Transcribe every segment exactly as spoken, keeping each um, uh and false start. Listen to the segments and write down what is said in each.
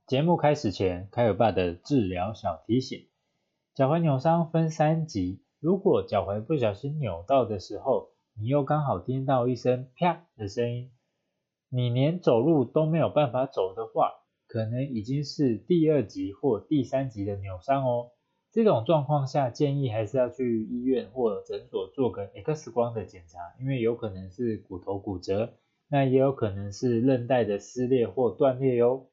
节目开始前，凯尔爸的治疗小提醒：脚踝扭伤分三级，如果脚踝不小心扭到的时候，你又刚好听到一声啪的声音，你连走路都没有办法走的话，可能已经是第二级或第三级的扭伤哦。这种状况下，建议还是要去医院或诊所做个 X 光的检查，因为有可能是骨头骨折，那也有可能是韧带的撕裂或断裂哟。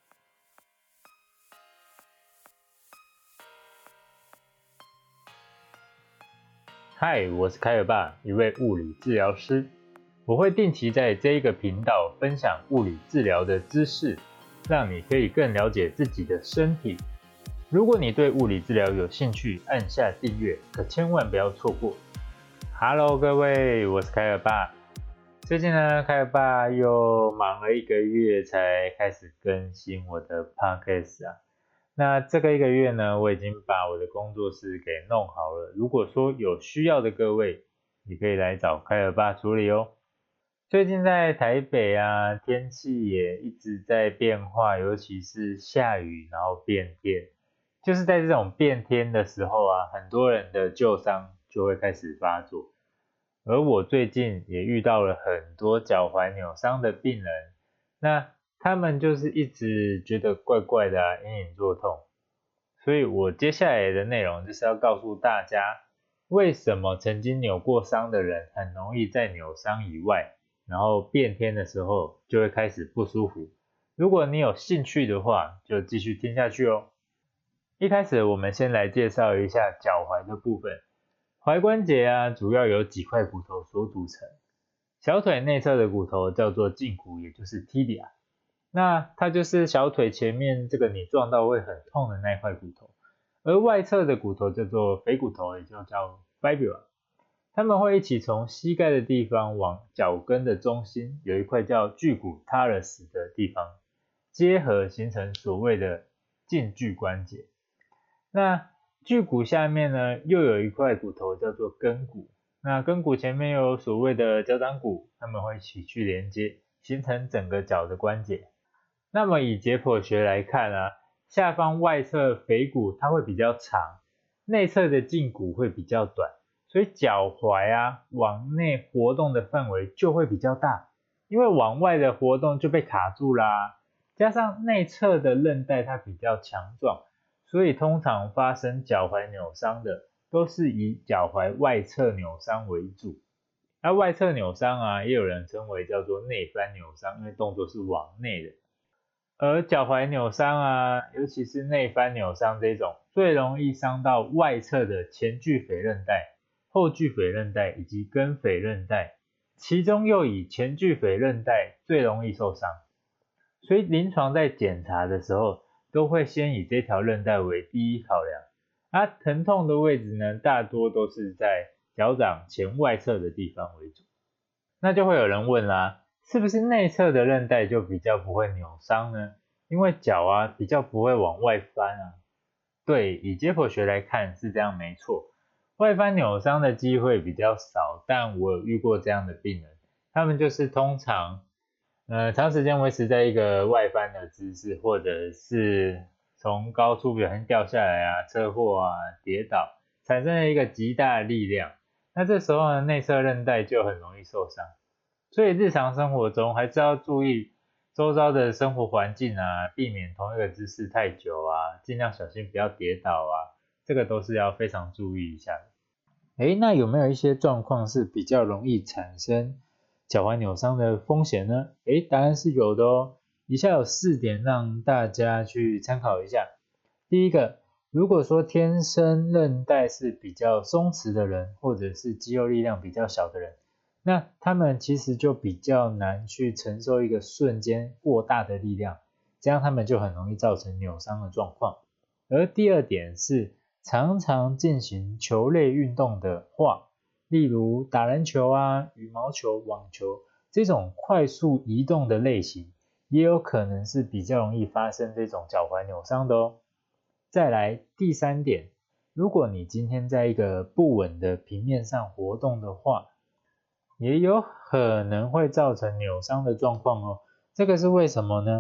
嗨，我是凯尔爸，一位物理治疗师。我会定期在这一个频道分享物理治疗的知识，让你可以更了解自己的身体。如果你对物理治疗有兴趣，按下订阅，可千万不要错过。Hello， 各位，我是凯尔爸。最近呢，凯尔爸又忙了一个月才开始更新我的 podcast 啊。那这个一个月呢，我已经把我的工作室给弄好了。如果说有需要的各位，你可以来找凯尔爸处理哦。最近在台北啊，天气也一直在变化，尤其是下雨然后变天。就是在这种变天的时候啊，很多人的旧伤就会开始发作。而我最近也遇到了很多脚踝扭伤的病人，那他们就是一直觉得怪怪的啊，隐隐作痛。所以我接下来的内容就是要告诉大家，为什么曾经扭过伤的人很容易在扭伤以外，然后变天的时候就会开始不舒服。如果你有兴趣的话，就继续听下去哦。一开始我们先来介绍一下脚踝的部分。踝关节啊，主要由几块骨头所组成。小腿内侧的骨头叫做胫骨，也就是 tibia。那它就是小腿前面这个你撞到会很痛的那块骨头。而外侧的骨头叫做腓骨头，也就叫 fibula。它们会一起从膝盖的地方往脚跟的中心有一块叫距骨 talus 的地方结合，形成所谓的胫距关节。那距骨下面呢，又有一块骨头叫做跟骨。那跟骨前面又有所谓的脚掌骨，它们会一起去连接，形成整个脚的关节。那么以解剖学来看啊，下方外侧腓骨它会比较长，内侧的胫骨会比较短，所以脚踝啊往内活动的范围就会比较大，因为往外的活动就被卡住啦。加上内侧的韧带它比较强壮，所以通常发生脚踝扭伤的都是以脚踝外侧扭伤为主。而外侧扭伤啊，也有人称为叫做内翻扭伤，因为动作是往内的。而脚踝扭伤啊，尤其是内翻扭伤这种，最容易伤到外侧的前距腓韧带、后距腓韧带以及跟腓韧带，其中又以前距腓韧带最容易受伤。所以临床在检查的时候，都会先以这条韧带为第一考量。啊，疼痛的位置呢，大多都是在脚掌前外侧的地方为主。那就会有人问啦，是不是内侧的韧带就比较不会扭伤呢？因为脚啊比较不会往外翻啊。对，以解剖学来看是这样没错，外翻扭伤的机会比较少，但我有遇过这样的病人，他们就是通常呃长时间维持在一个外翻的姿势，或者是从高处不小心掉下来啊，车祸啊，跌倒，产生了一个极大的力量。那这时候呢，内侧韧带就很容易受伤，所以日常生活中还是要注意周遭的生活环境啊，避免同一个姿势太久啊，尽量小心不要跌倒啊，这个都是要非常注意一下的。诶，那有没有一些状况是比较容易产生脚踝扭伤的风险呢？诶，答案是有的哦。以下有四点让大家去参考一下。第一个，如果说天生韧带是比较松弛的人，或者是肌肉力量比较小的人，那他们其实就比较难去承受一个瞬间过大的力量，这样他们就很容易造成扭伤的状况。而第二点是，常常进行球类运动的话，例如打篮球啊、羽毛球、网球这种快速移动的类型，也有可能是比较容易发生这种脚踝扭伤的哦。再来第三点，如果你今天在一个不稳的平面上活动的话，也有可能会造成扭伤的状况哦。这个是为什么呢？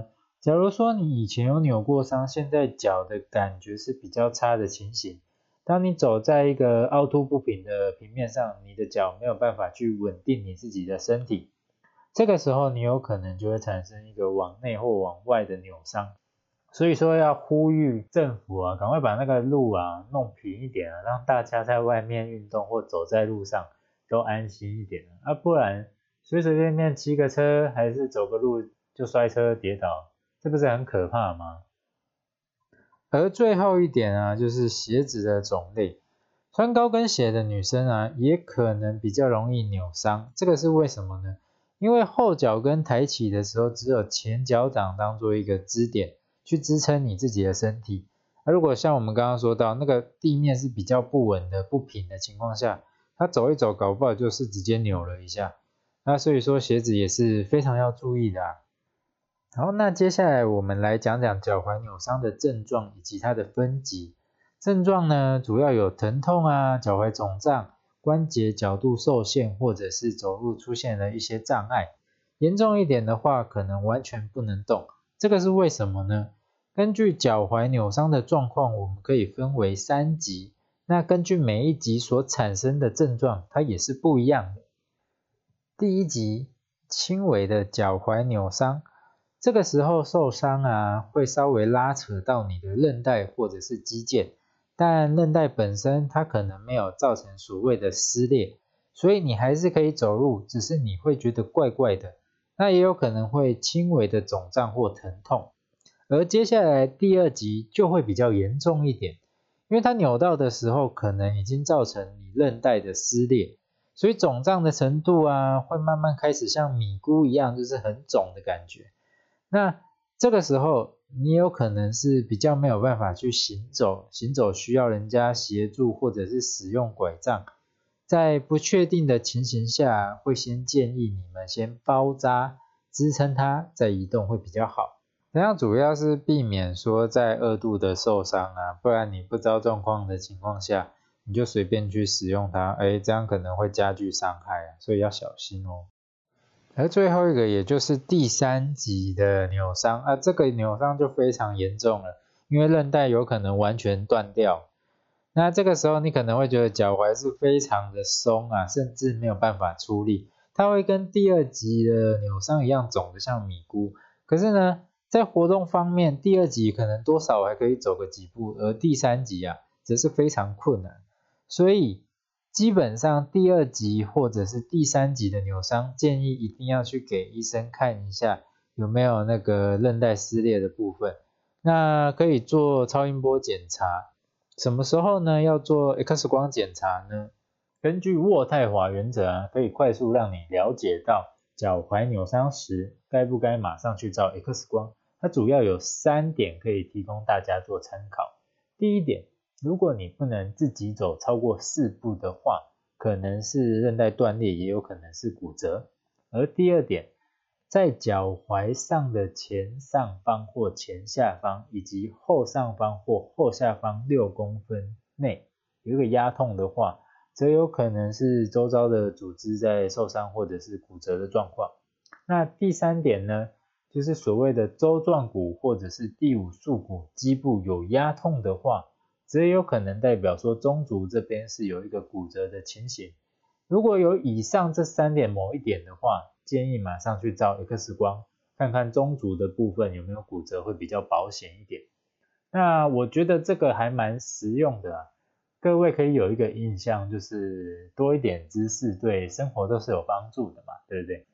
假如说你以前有扭过伤，现在脚的感觉是比较差的情形，当你走在一个凹凸不平的平面上，你的脚没有办法去稳定你自己的身体，这个时候你有可能就会产生一个往内或往外的扭伤。所以说要呼吁政府啊，赶快把那个路啊弄平一点啊，让大家在外面运动或走在路上都安心一点啊，不然随随便便骑个车还是走个路就摔车跌倒，这不是很可怕吗？而最后一点啊，就是鞋子的种类，穿高跟鞋的女生啊，也可能比较容易扭伤，这个是为什么呢？因为后脚跟抬起的时候，只有前脚掌当做一个支点，去支撑你自己的身体。而如果像我们刚刚说到，那个地面是比较不稳的、不平的情况下，它走一走，搞不好就是直接扭了一下。那所以说鞋子也是非常要注意的啊。好，那接下来我们来讲讲脚踝扭伤的症状以及它的分级。症状呢，主要有疼痛啊、脚踝肿胀、关节角度受限，或者是走路出现了一些障碍。严重一点的话，可能完全不能动。这个是为什么呢？根据脚踝扭伤的状况，我们可以分为三级。那根据每一级所产生的症状，它也是不一样的。第一级，轻微的脚踝扭伤。这个时候受伤啊，会稍微拉扯到你的韧带或者是肌腱，但韧带本身它可能没有造成所谓的撕裂，所以你还是可以走路，只是你会觉得怪怪的，那也有可能会轻微的肿胀或疼痛。而接下来第二级就会比较严重一点，因为它扭到的时候可能已经造成你韧带的撕裂，所以肿胀的程度啊，会慢慢开始像米糊一样，就是很肿的感觉。那这个时候你有可能是比较没有办法去行走，行走需要人家协助或者是使用拐杖，在不确定的情形下，会先建议你们先包扎支撑它，再移动会比较好。这样主要是避免说在二度的受伤啊，不然你不知道状况的情况下，你就随便去使用它，诶，这样可能会加剧伤害啊，所以要小心哦。而最后一个也就是第三级的扭伤啊，这个扭伤就非常严重了，因为韧带有可能完全断掉。那这个时候你可能会觉得脚踝是非常的松啊，甚至没有办法出力，它会跟第二级的扭伤一样肿得像米糊。可是呢，在活动方面，第二级可能多少还可以走个几步，而第三级啊，则是非常困难。所以基本上第二级或者是第三级的扭伤，建议一定要去给医生看一下有没有那个韧带撕裂的部分。那可以做超音波检查，什么时候呢？要做 X 光检查呢？根据渥太华原则啊，可以快速让你了解到脚踝扭伤时该不该马上去照 X 光。它主要有三点可以提供大家做参考。第一点，如果你不能自己走超过四步的话，可能是韧带断裂，也有可能是骨折。而第二点，在脚踝上的前上方或前下方，以及后上方或后下方六公分内有一个压痛的话，则有可能是周遭的组织在受伤或者是骨折的状况。那第三点呢，就是所谓的舟状骨或者是第五束骨基部有压痛的话，则有可能代表说中足这边是有一个骨折的情形。如果有以上这三点某一点的话，建议马上去照 X 光，看看中足的部分有没有骨折，会比较保险一点。那我觉得这个还蛮实用的啊，各位可以有一个印象，就是多一点知识对生活都是有帮助的嘛，对不对？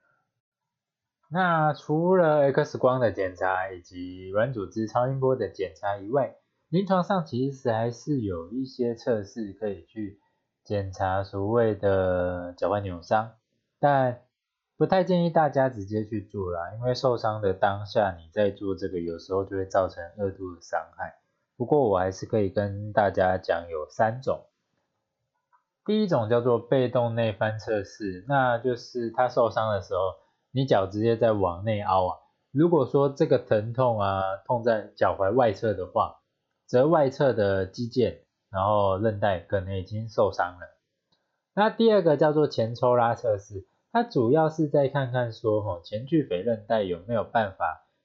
那除了 X 光的检查以及软组织超音波的检查以外，临床上其实还是有一些测试可以去检查所谓的脚踝扭伤，但不太建议大家直接去做啦，因为受伤的当下你在做这个，有时候就会造成二度的伤害。不过我还是可以跟大家讲有三种。第一种叫做被动内翻测试，那就是他受伤的时候，你脚直接在往内凹啊。如果说这个疼痛啊痛在脚踝外侧的话，则外侧的肌腱然后韧带可能已经受伤了。那第二个叫做前抽拉测试，它主要是在看看说前距腓韧带有没有办法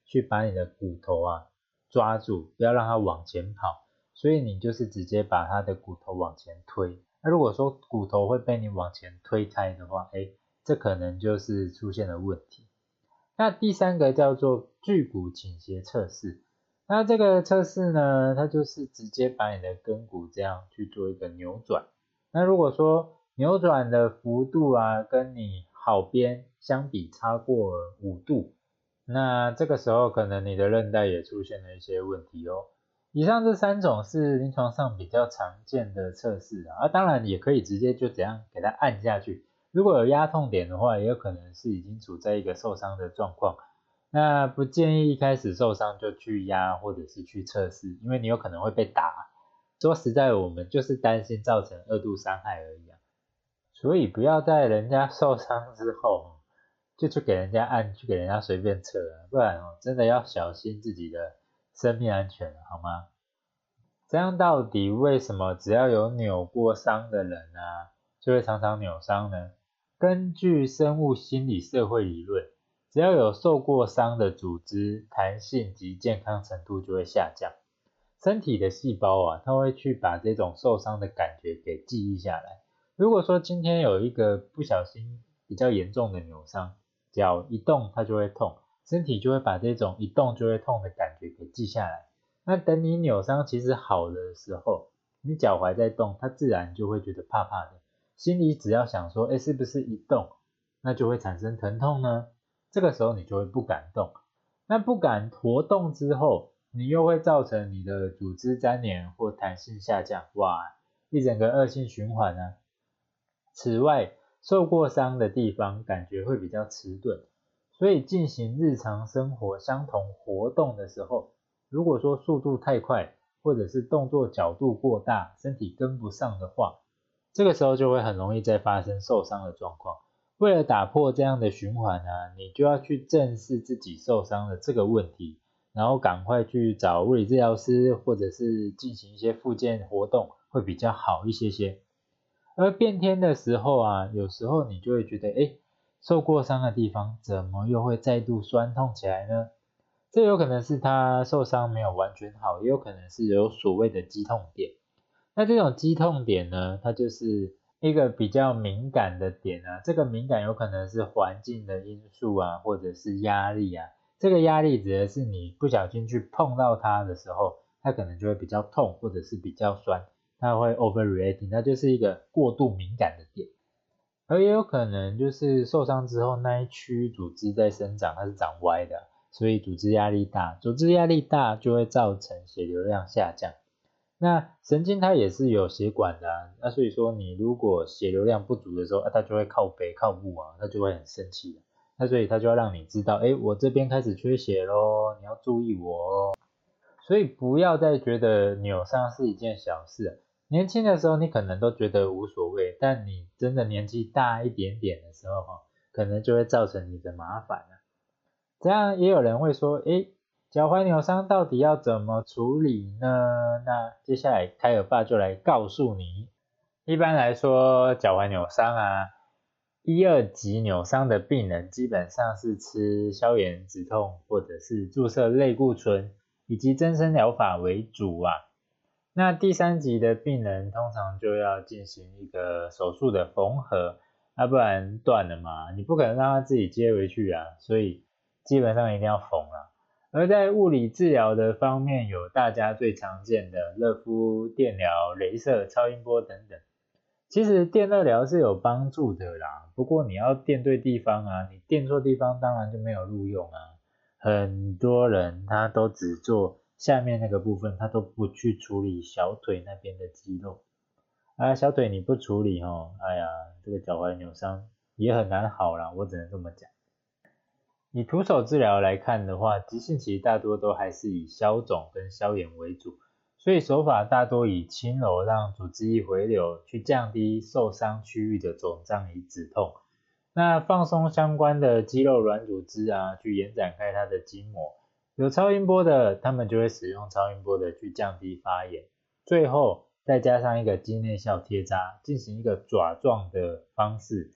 去把你的骨头啊抓住，不要让它往前跑，所以你就是直接把它的骨头往前推。那如果说骨头会被你往前推开的话，诶，这可能就是出现了问题。那第三个叫做距骨倾斜测试。那这个测试呢，它就是直接把你的跟骨这样去做一个扭转。那如果说扭转的幅度啊，跟你好边相比超过五度，那这个时候可能你的韧带也出现了一些问题哦。以上这三种是临床上比较常见的测试啊，啊当然也可以直接就怎样给它按下去。如果有压痛点的话，也有可能是已经处在一个受伤的状况。那不建议一开始受伤就去压或者是去测试，因为你有可能会被打。说实在，我们就是担心造成二度伤害而已啊。所以不要在人家受伤之后就去给人家按，去给人家随便测啊，不然哦真的要小心自己的生命安全好吗？这样到底为什么只要有扭过伤的人啊，就会常常扭伤呢？根据生物心理社会理论，只要有受过伤的组织，弹性及健康程度就会下降。身体的细胞啊，它会去把这种受伤的感觉给记忆下来。如果说今天有一个不小心比较严重的扭伤，脚一动它就会痛，身体就会把这种一动就会痛的感觉给记下来。那等你扭伤其实好的时候，你脚踝在动，它自然就会觉得怕怕的。心里只要想说，诶，是不是一动，那就会产生疼痛呢？这个时候你就会不敢动。那不敢活动之后，你又会造成你的组织粘连或弹性下降，哇，一整个恶性循环啊。此外，受过伤的地方感觉会比较迟钝，所以进行日常生活相同活动的时候，如果说速度太快，或者是动作角度过大，身体跟不上的话，这个时候就会很容易再发生受伤的状况。为了打破这样的循环啊，你就要去正视自己受伤的这个问题，然后赶快去找物理治疗师，或者是进行一些复健活动，会比较好一些些。而变天的时候啊，有时候你就会觉得，诶，受过伤的地方怎么又会再度酸痛起来呢？这有可能是他受伤没有完全好，也有可能是有所谓的肌痛点。那这种肌痛点呢，它就是一个比较敏感的点啊，这个敏感有可能是环境的因素啊，或者是压力啊。这个压力指的是你不小心去碰到它的时候，它可能就会比较痛，或者是比较酸，它会 overreacting， 那就是一个过度敏感的点。而也有可能就是受伤之后那一区组织在生长，它是长歪的，所以组织压力大，组织压力大就会造成血流量下降。那神经它也是有血管的啊，那所以说你如果血流量不足的时候，啊、它就会靠北靠步啊，它就会很生气的。那所以它就要让你知道，诶，我这边开始缺血咯，你要注意我哦。所以不要再觉得扭伤是一件小事啊，年轻的时候你可能都觉得无所谓，但你真的年纪大一点点的时候，可能就会造成你的麻烦了。这样也有人会说，诶，脚踝扭伤到底要怎么处理呢？那接下来凯尔爸就来告诉你。一般来说，脚踝扭伤啊，一二级扭伤的病人基本上是吃消炎止痛或者是注射类固醇以及增生疗法为主啊。那第三级的病人通常就要进行一个手术的缝合，要不然断了嘛，你不可能让它自己接回去啊，所以基本上一定要缝啊。而在物理治疗的方面，有大家最常见的热敷、电疗、雷射、超音波等等。其实电热疗是有帮助的啦，不过你要电对地方啊，你电错地方当然就没有录用啊。很多人他都只做下面那个部分，他都不去处理小腿那边的肌肉啊，小腿你不处理齁，哎呀，这个脚踝扭伤也很难好啦，我只能这么讲。以徒手治疗来看的话，急性期大多都还是以消肿跟消炎为主，所以手法大多以轻柔让组织液回流，去降低受伤区域的肿胀与止痛。那放松相关的肌肉软组织啊，去延展开它的筋膜。有超音波的，他们就会使用超音波的去降低发炎。最后再加上一个肌内效贴扎，进行一个爪状的方式，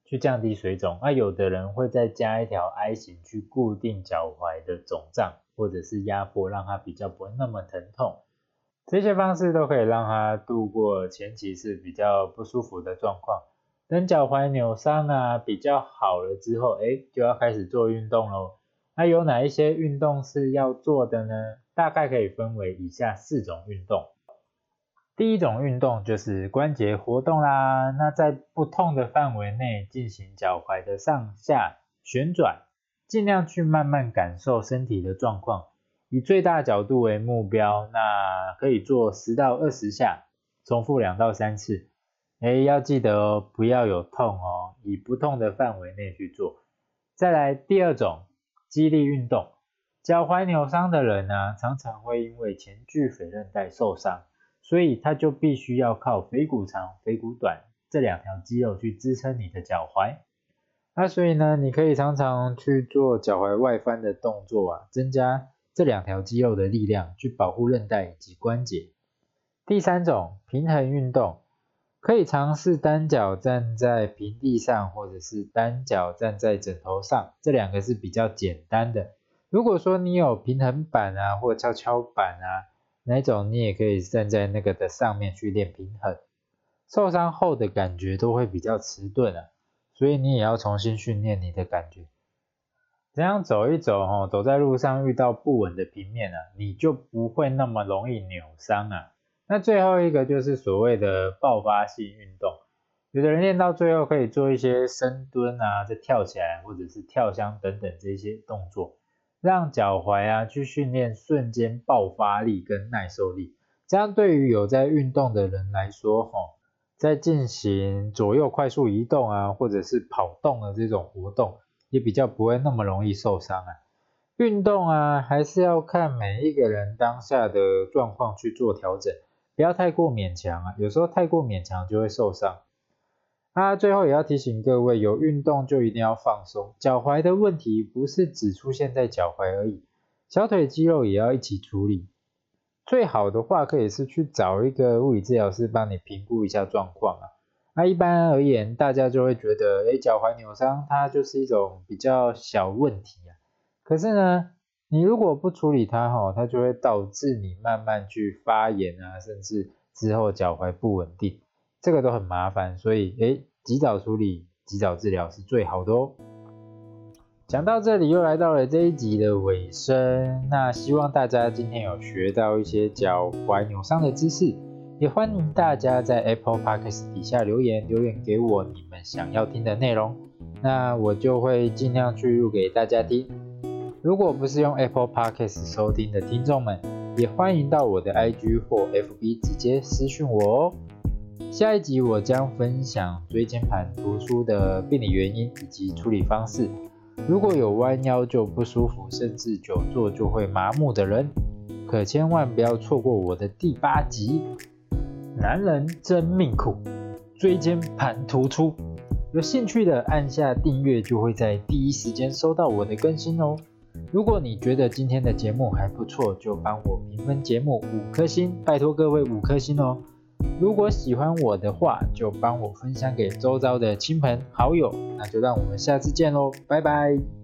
去降低水肿。那有的人会再加一条 I 型去固定脚踝的肿胀或者是压迫，让它比较不会那么疼痛。这些方式都可以让它度过前期是比较不舒服的状况。等脚踝扭伤啊比较好了之后，诶就要开始做运动咯。那有哪一些运动是要做的呢？大概可以分为以下四种运动。第一种运动就是关节活动啦，那在不痛的范围内进行脚踝的上下旋转，尽量去慢慢感受身体的状况，以最大角度为目标，那可以做十到二十下，重复两到三次。诶要记得哦，不要有痛哦，以不痛的范围内去做。再来第二种肌力运动，脚踝扭伤的人啊，常常会因为前距腓韧带受伤，所以他就必须要靠腓骨长、腓骨短这两条肌肉去支撑你的脚踝。那所以呢，你可以常常去做脚踝外翻的动作啊，增加这两条肌肉的力量，去保护韧带以及关节。第三种平衡运动，可以尝试单脚站在平地上，或者是单脚站在枕头上，这两个是比较简单的。如果说你有平衡板啊或跷跷板啊，那种你也可以站在那个的上面去练平衡。受伤后的感觉都会比较迟钝啊，所以你也要重新训练你的感觉。这样走一走哦，走在路上遇到不稳的平面啊，你就不会那么容易扭伤啊。那最后一个就是所谓的爆发性运动，有的人练到最后可以做一些深蹲啊，再跳起来，或者是跳箱等等这些动作，让脚踝啊去训练瞬间爆发力跟耐受力。这样对于有在运动的人来说，哦，在进行左右快速移动啊，或者是跑动的这种活动，也比较不会那么容易受伤啊。运动啊，还是要看每一个人当下的状况去做调整，不要太过勉强啊，有时候太过勉强就会受伤。啊，最后也要提醒各位，有运动就一定要放松。脚踝的问题不是只出现在脚踝而已，小腿肌肉也要一起处理。最好的话可以是去找一个物理治疗师帮你评估一下状况啊。那一般而言，大家就会觉得，诶，脚踝扭伤它就是一种比较小问题啊。可是呢，你如果不处理它，它就会导致你慢慢去发炎啊，甚至之后脚踝不稳定，这个都很麻烦。所以，诶，及早处理、及早治疗是最好的哦。讲到这里，又来到了这一集的尾声。那希望大家今天有学到一些脚踝扭伤的知识，也欢迎大家在 Apple Podcast 底下留言，留言给我你们想要听的内容，那我就会尽量去录给大家听。如果不是用 Apple Podcast 收听的听众们，也欢迎到我的 I G 或 F B 直接私讯我哦。下一集我将分享椎间盘突出的病理原因以及处理方式。如果有弯腰就不舒服，甚至久坐就会麻木的人，可千万不要错过我的第八集。男人真命苦，椎间盘突出。有兴趣的按下订阅，就会在第一时间收到我的更新哦。如果你觉得今天的节目还不错，就帮我评分节目五颗星，拜托各位五颗星哦。如果喜欢我的话，就帮我分享给周遭的亲朋好友。那就让我们下次见咯，拜拜。